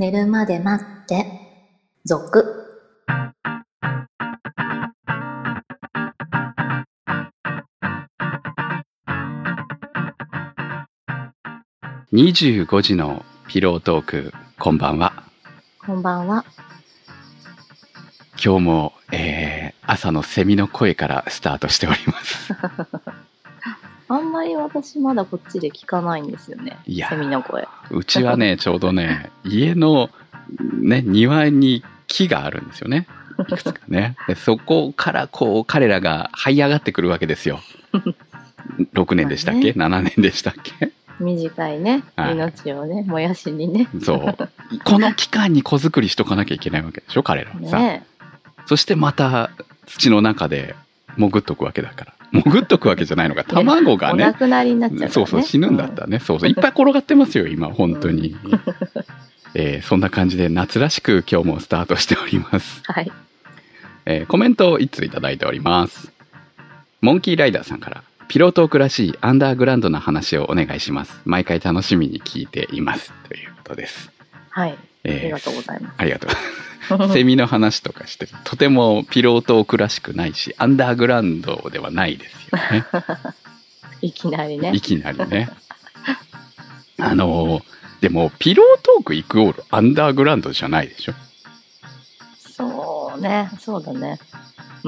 寝るまで待って、続。 25時のピロートーク、こんばんは。 こんばんは。 今日も、朝のセミの声からスタートしております。 あんまり私まだこっちで聞かないんですよね。 いやセミの声。 うちはね、ちょうどね、家の、ね、庭に木があるんですよね。いくつかね。でそこからこう彼らが這い上がってくるわけですよ。6年でしたっけ、 まあね、 7年でしたっけ。 短いね、 はい命をね、燃やしにね。 そう。この期間に子作りしとかなきゃいけないわけでしょ、彼らはさ。 ねそしてまた土の中で潜っとくわけだから。潜っとくわけじゃないのか。卵がね。 お亡くなりになっちゃうからね。 そうそう、死ぬんだったね。そうそう。いっぱい転がってますよ、今、本当に。そんな感じで夏らしく今日もスタートしております。 はい。 コメントを1通いただいております。モンキーライダーさんから、ピロートークらしいアンダーグラウンドな話をお願いします。毎回楽しみに聞いています。ということです。 はい。ありがとうございます。 ありがとう。セミの話とかしてとてもピロートークらしくないし、アンダーグラウンドではないですよね。 いきなりね。 いきなりね。でもピロートークイコールアンダーグラウンドじゃないでしょ。 そうね、そうだね。うん、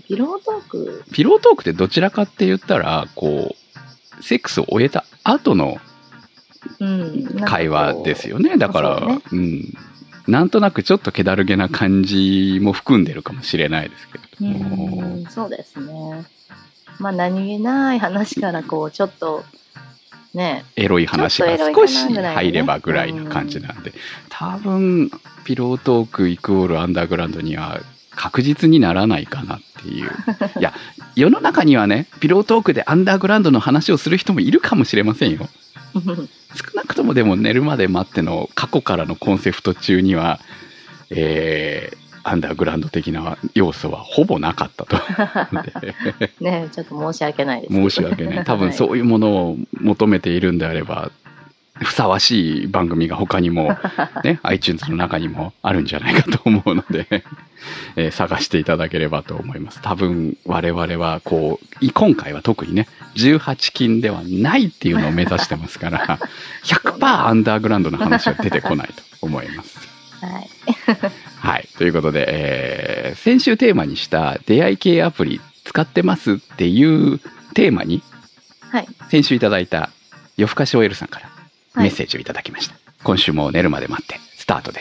ピロートークってどちらかって言ったらこうセックスを終えた後の会話ですよね。だから、ね、なんとなくちょっと気だるげな感じも含んでるかもしれないですけれども。 そうですね。まあ何気ない話からこうちょっとね、 エロい話が少し入ればぐらいな感じなんで、多分ピロートークイコールアンダーグラウンドには確実にならないかなっていう。いや、世の中にはね、ピロートークでアンダーグラウンドの話をする人もいるかもしれませんよ。少なくともでも寝るまで待っての過去からのコンセプト中には、アンダーグラウンド的な要素はほぼなかったとね、ちょっと申し訳ないです。 申し訳ない。多分そういうものを求めているんであれば、ふさわしい番組が他にも、ね、iTunes の中にもあるんじゃないかと思うので、探していただければと思います。多分我々はこう今回は特にね18禁ではないっていうのを目指してますから 100% アンダーグラウンドの話は出てこないと思います。 はい、 はい、ということで、先週テーマにした出会い系アプリ使ってますっていうテーマに、 はい、 先週いただいた夜更かし OL さんからメッセージをいただきました。はい、今週も寝るまで待ってスタートです。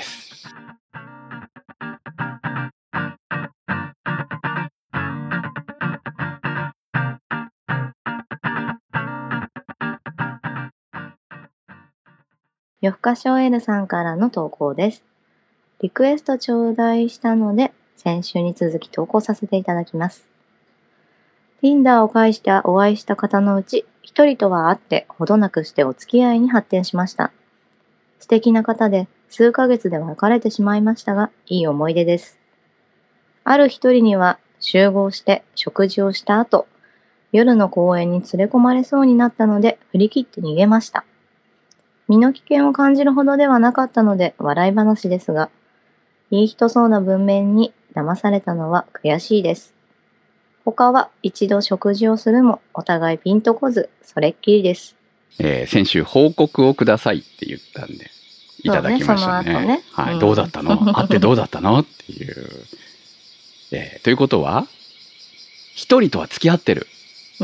夜更かし OL さんからの投稿です。リクエスト頂戴したので、先週に続き投稿させていただきます。Tinder を介してお会いした方のうち、一人とは会ってほどなくしてお付き合いに発展しました。素敵な方で数ヶ月で別れてしまいましたが、いい思い出です。ある一人には集合して食事をした後、夜の公園に連れ込まれそうになったので振り切って逃げました。身の危険を感じるほどではなかったので笑い話ですが、いい人そうな文面に騙されたのは悔しいです。他は一度食事をするもお互いピンとこず、それっきりです。 先週報告をくださいって言ったんでいただきましたね。 その後ね、 はい、どうだったの？会ってどうだったのっていう。ということは一人とは付き合ってる。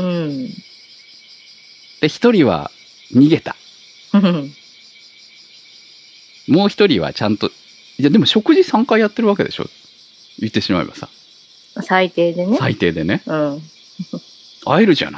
で一人は逃げた。もう一人はちゃんと、いやでも食事3回やってるわけでしょ、言ってしまえばさ。 最低でね。 最低でね。会えるじゃない。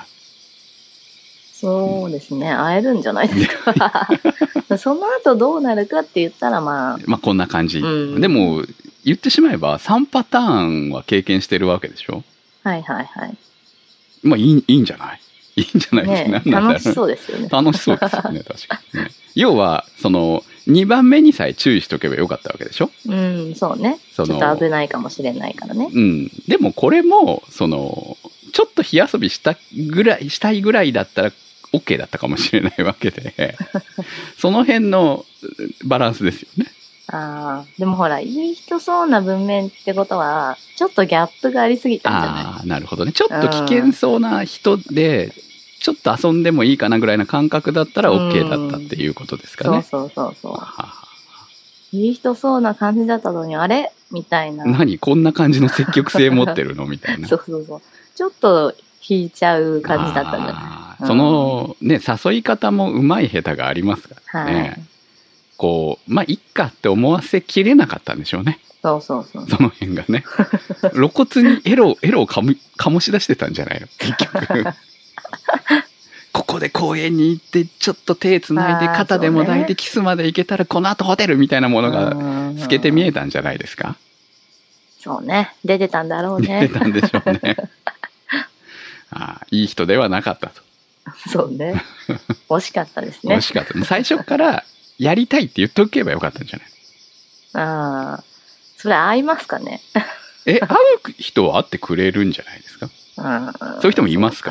そうですね、会えるんじゃないですか。その後どうなるかって言ったらまあこんな感じ。でも言ってしまえば3パターンは経験してるわけでしょ。 はいはいはい。 まあいいんじゃない。いいんじゃないですか、 ね、楽しそうですよね。 楽しそうですよね、確かにね。要はその2番目にさえ注意しとけばよかったわけでしょ。 そうね。ちょっと危ないかもしれないからね。 でもこれもそのちょっと火遊びしたいぐらいだったら OK だったかもしれないわけでその辺のバランスですよね。 でもほら、いい人そうな文面ってことは、ちょっとギャップがありすぎたんじゃない？ なるほどね。ちょっと危険そうな人で、ちょっと遊んでもいいかなぐらいな感覚だったら OK だったっていうことですかね。 そう。いい人そうな感じだったのに、あれみたいな。 何こんな感じの積極性持ってるのみたいな。 そう。ちょっと引いちゃう感じだったんじゃない？ そのね、誘い方もうまい下手がありますからね。 はい、 こう、まあ、いっかって思わせきれなかったんでしょうね。 そう。 その辺がね。露骨にエロを醸し出してたんじゃないの結局。ここで公園に行ってちょっと手つないで肩でも抱いてキスまで行けたらこの後ホテルみたいなものが透けて見えたんじゃないですか？ そうね。出てたんだろうね。 出てたんでしょうね。いい人ではなかったと。 そうね。惜しかったですね。 惜しかった。最初からやりたいって言っておけばよかったんじゃない？ それ合いますかね？ 会う人は会ってくれるんじゃないですか？そういう人もいますか？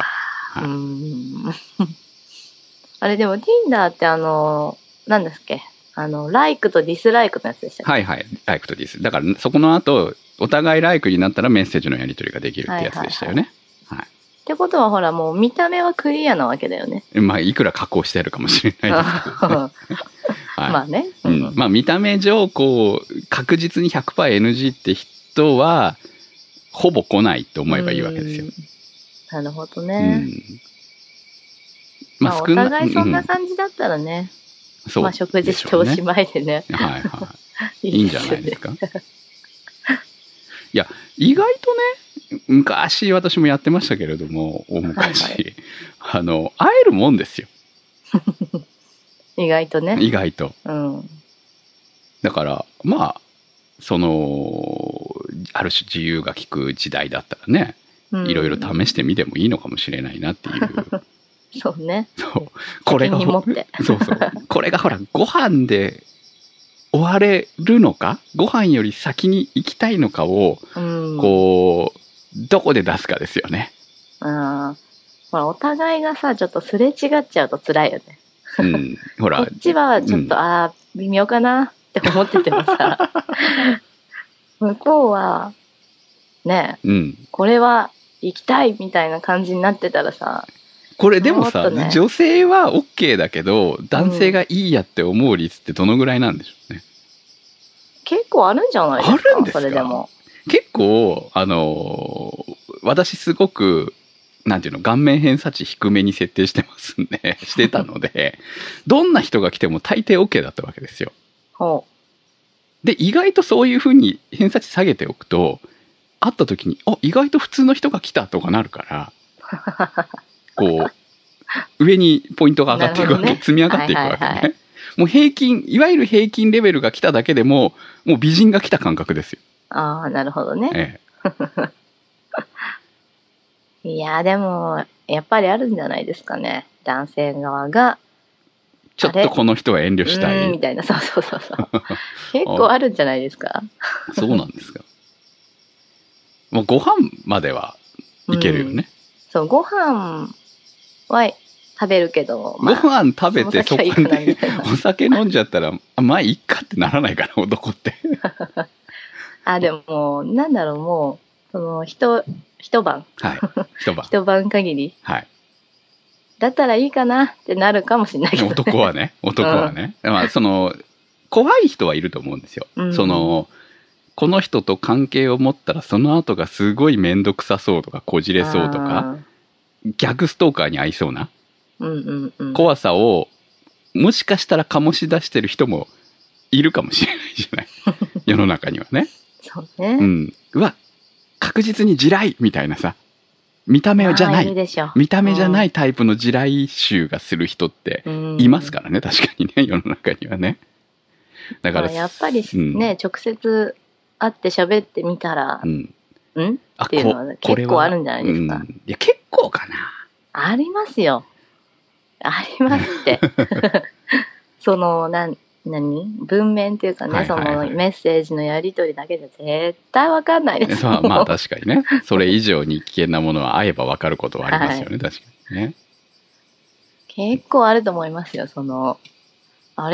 あれでも Tinder って何ですっけ？ライクとディスライクのやつでしたっけ？ はい。ライクとディス。だからそこの後、お互いライクになったらメッセージのやり取りができるってやつでしたよね。 ってことはほらもう見た目はクリアなわけだよね。 まあいくら加工してあるかもしれないですけどね。 まあね。 まあ見た目上こう確実に 100%NG って人はほぼ来ないと思えばいいわけですよ。 なるほどね。 まあお互いそんな感じだったらね。まあ食事しておしまいでね。 いいんじゃないですか。いや意外とね、昔私もやってましたけれども、大昔、会えるもんですよ。 意外とね。 意外と。だからまあある種自由が利く時代だったらね、いろいろ試してみてもいいのかもしれないなっていう。 そうね。 これがこれがほらご飯で終われるのか、ご飯より先に行きたいのかをこうどこで出すかですよね。 ほらお互いがさちょっとすれ違っちゃうと辛いよね。 ほらこっちはちょっと微妙かなって思っててもさ、向こうはね、これは行きたいみたいな感じになってたらさ。 これでもさ、女性は OK だけど男性がいいやって思う率ってどのぐらいなんでしょうね。 結構あるんじゃないですか？ あるんですか？ それでも結構私すごくなんていうの、顔面偏差値低めに設定してますんでしてたのでどんな人が来ても大抵 OK だったわけですよ。で意外とそういうふうに偏差値下げておくと会った時に意外と普通の人が来たとかなるからこう上にポイントが上がっていくわけ、積み上がっていくわけね。もういわゆる平均レベルが来ただけでもう美人が来た感覚ですよ。 なるほどね。いやでもやっぱりあるんじゃないですかね。男性側がちょっとこの人は遠慮したいみたいな。そう結構あるんじゃないですか。 そうなんですか。もうご飯まではいけるよね。 そうご飯は食べるけど、 ご飯食べてそこでお酒飲んじゃったらまあいいかってならないかな、男って。 でもなんだろう、もうその一晩一晩限りだったらいいかなってなるかもしれないけどね。男はねまあ怖い人はいると思うんですよ。この人と関係を持ったらその後がすごい面倒くさそうとかこじれそうとか逆ストーカーに合いそうな怖さをもしかしたら醸し出してる人もいるかもしれないじゃない世の中にはね。 そうね。 うわ確実に地雷みたいなさ、見た目じゃない見た目じゃないタイプの地雷臭がする人っていますからね、確かにね、世の中にはね。だからやっぱりね、直接会って喋ってみたらっていうのは結構あるんじゃないですか。 いや結構かな。 ありますよ。ありますってその文面っていうかね、そのメッセージのやり取りだけじゃ絶対わかんないですよ。 まあ確かにね。それ以上に危険なものは会えばわかることはありますよね、確かにね。 結構あると思いますよ。あれ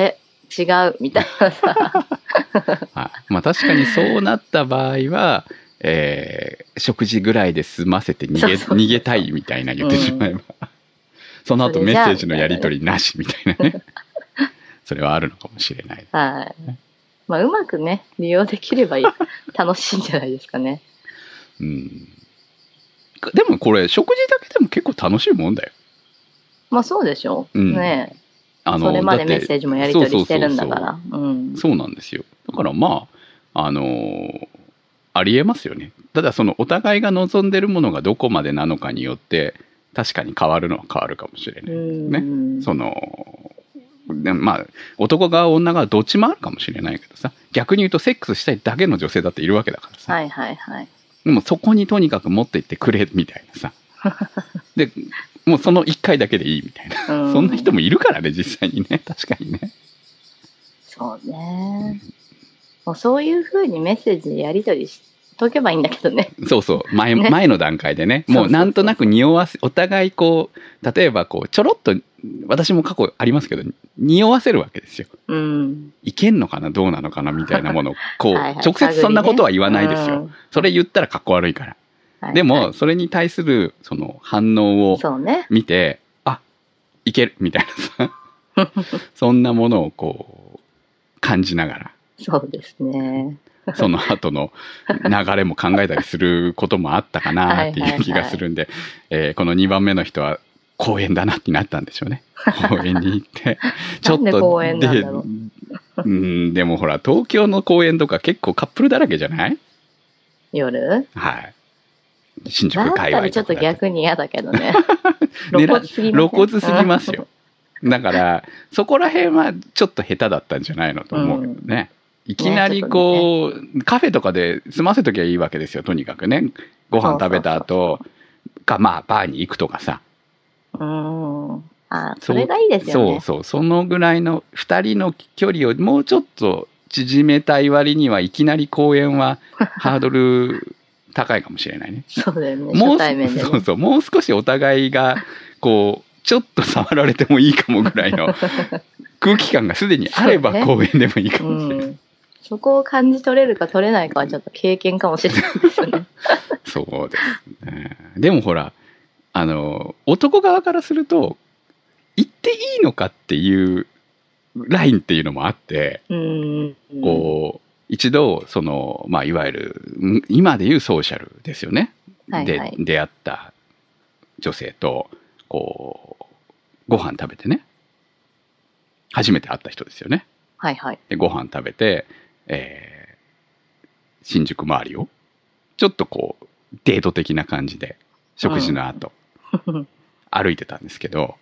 違うみたいなさまあ確かにそうなった場合は、食事ぐらいで済ませて逃げたいみたいな言ってしまえば、その後メッセージのやり取りなしみたいなねそれはあるのかもしれない。 はい。まあうまくね利用できれば楽しいんじゃないですかね。 うん。でもこれ食事だけでも結構楽しいもんだよ。 まあそうでしょ。ねえ。それまでメッセージもやり取りしてるんだから。 そうなんですよ。だからまあありえますよね。ただそのお互いが望んでるものがどこまでなのかによって確かに変わるのは変わるかもしれないね。そのでまあ男側女側どっちもあるかもしれないけどさ、逆に言うとセックスしたいだけの女性だっているわけだからさ。 はいはいはい。 でもそこにとにかく持っていってくれみたいなさでもうその1回だけでいいみたいなそんな人もいるからね実際にね。確かにね。 そうね。もうそういう風にメッセージでやり取りしとけばいいんだけどね。 そうそう前の段階でね、もうなんとなく匂わせ、お互いこう例えばこうちょろっと、私も過去ありますけど匂わせるわけですよ。いけんのかなどうなのかなみたいなものをこう直接そんなことは言わないですよ。それ言ったらかっこ悪いから。でもそれに対するその反応を見て、あ、いけるみたいなさそんなものをこう感じながら。 そうですね。 その後の流れも考えたりすることもあったかなっていう気がするんで、この2番目の人は公園だなってなったんでしょうね。公園に行ってちょっと公園なんだろう。でもほら東京の公園とか結構カップルだらけじゃない？ 夜？ はい。新宿界隈とかだったらちょっと逆に嫌だけどね。 露骨すぎますよ。だからそこら辺はちょっと下手だったんじゃないのと思うよね。いきなりこう、カフェとかで済ませときゃいいわけですよ。とにかくね、ご飯食べた後か、まあバーに行くとかさ。 それがいいですよね。 そのぐらいの2人の距離をもうちょっと縮めたい割にはいきなり公園はハードル高いかもしれないね。 そうだよね。初対面でね。 もう少しお互いがこうちょっと触られてもいいかもぐらいの空気感がすでにあれば公園でもいいかもしれない。 そこを感じ取れるか取れないかはちょっと経験かもしれないですよね。 そうですね。でもほら男側からすると言っていいのかっていうラインっていうのもあって、こう一度そのまあいわゆる今でいうソーシャルですよね。で出会った女性とこうご飯食べてね、初めて会った人ですよね。でご飯食べて、新宿周りをちょっとこうデート的な感じで食事の後、歩いてたんですけど、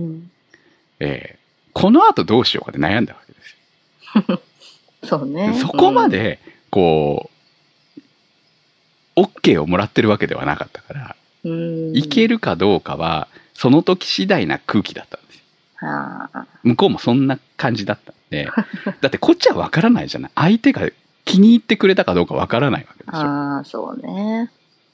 この後どうしようかって悩んだわけですよ。 そうね。 そこまでこう OK をもらってるわけではなかったから、いけるかどうかはその時次第な空気だったんですよ。向こうもそんな感じだったんで、だってこっちは分からないじゃない。相手が気に入ってくれたかどうか分からないわけでしょ。 そうね。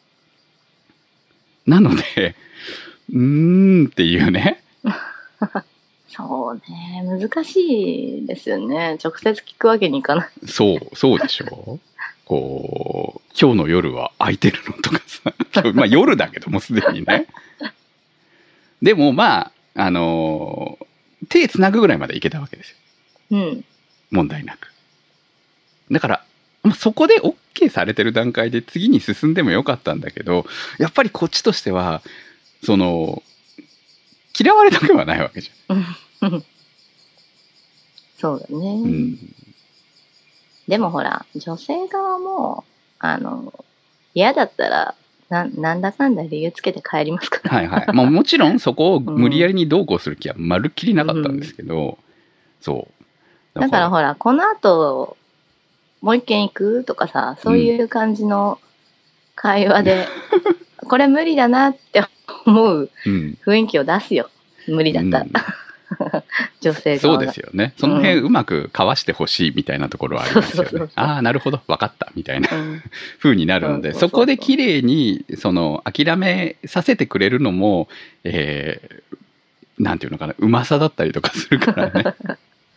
なのでっていうね。 そうね、難しいですよね。直接聞くわけにいかない。 そうでしょう。こう今日の夜は空いてるのとかさ、まあ夜だけどもすでにね。でもまあ手つなぐぐらいまでいけたわけですよ。問題なく。だからそこで OK されてる段階で次に進んでもよかったんだけど、やっぱりこっちとしてはその嫌われたくはないわけじゃん。 そうだね。でもほら女性側も嫌だったらなんだかんだ理由つけて帰りますから。 まあもちろんそこを無理やりにどうこうする気はまるっきりなかったんですけど、 だからほらこの後もう一軒行くとかさ、そういう感じの会話で、これ無理だなって思う雰囲気を出すよ。無理だったら。女性側が。 そうですよね。その辺うまくかわしてほしいみたいなところはありますよね。ああ、なるほど、分かったみたいな風になるので、そこで綺麗に諦めさせてくれるのも、なんていうのかな、うまさだったりとかするからね。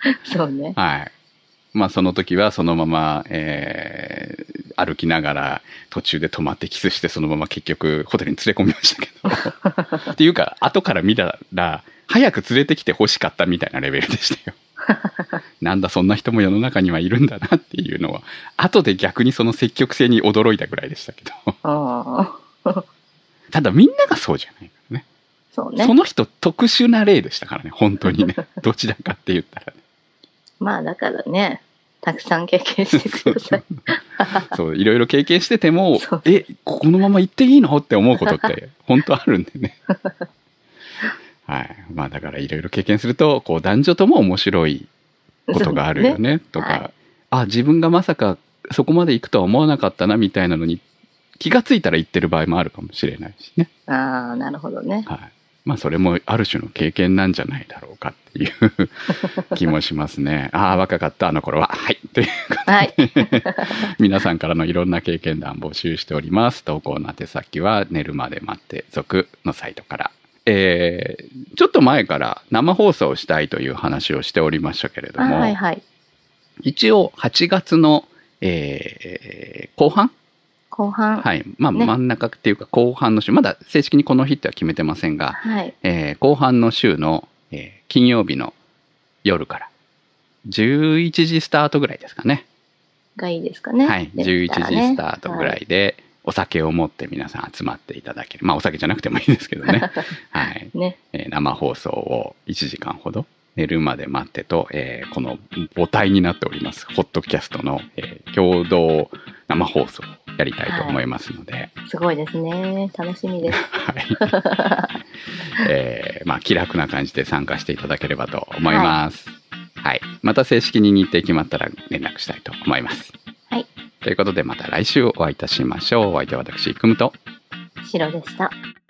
そうね。 はい。まあその時はそのまま、歩きながら途中で止まってキスしてそのまま結局ホテルに連れ込みましたけど。っていうか後から見たら早く連れてきて欲しかったみたいなレベルでしたよ。なんだそんな人も世の中にはいるんだなっていうのは後で逆にその積極性に驚いたぐらいでしたけど。ただみんながそうじゃないからね。 そうね。 その人特殊な例でしたからね、本当にね。どちらかって言ったらね。 まあだからね、たくさん経験してください。 そう、いろいろ経験してても、このまま行っていいのって思うことって本当あるんでね。はい。まあだからいろいろ経験すると、こう男女とも面白いことがあるよね、とか、はい、あ、自分がまさかそこまで行くとは思わなかったなみたいなのに気がついたら行ってる場合もあるかもしれないしね。 ああ、なるほどね。 はい。まあそれもある種の経験なんじゃないだろうかっていう気もしますね。ああ、若かったあの頃は。はい。ということで、はい、皆さんからのいろんな経験談募集しております。投稿の宛先は寝るまで待って続のサイトから。ちょっと前から生放送をしたいという話をしておりましたけれども、 はいはい、 一応8月の、後半はい。まあ、真ん中っていうか後半の週、まだ正式にこの日っては決めてませんが、 はい、 後半の週の、金曜日の夜から11時スタートぐらいですかね。 がいいですかね。 はい。11時スタートぐらいで、お酒を持って皆さん集まっていただける。まあお酒じゃなくてもいいですけどね。はい。 ね、 生放送を1時間ほど寝るまで待ってと、この母体になっておりますホットキャストの、共同生放送をやりたいと思いますので、はい、 すごいですね。楽しみです。 はい。まあ気楽な感じで参加していただければと思います。はい。はい、また正式に日程決まったら連絡したいと思います。 はい。 ということでまた来週お会いいたしましょう。お相手は私、くむとシロでした。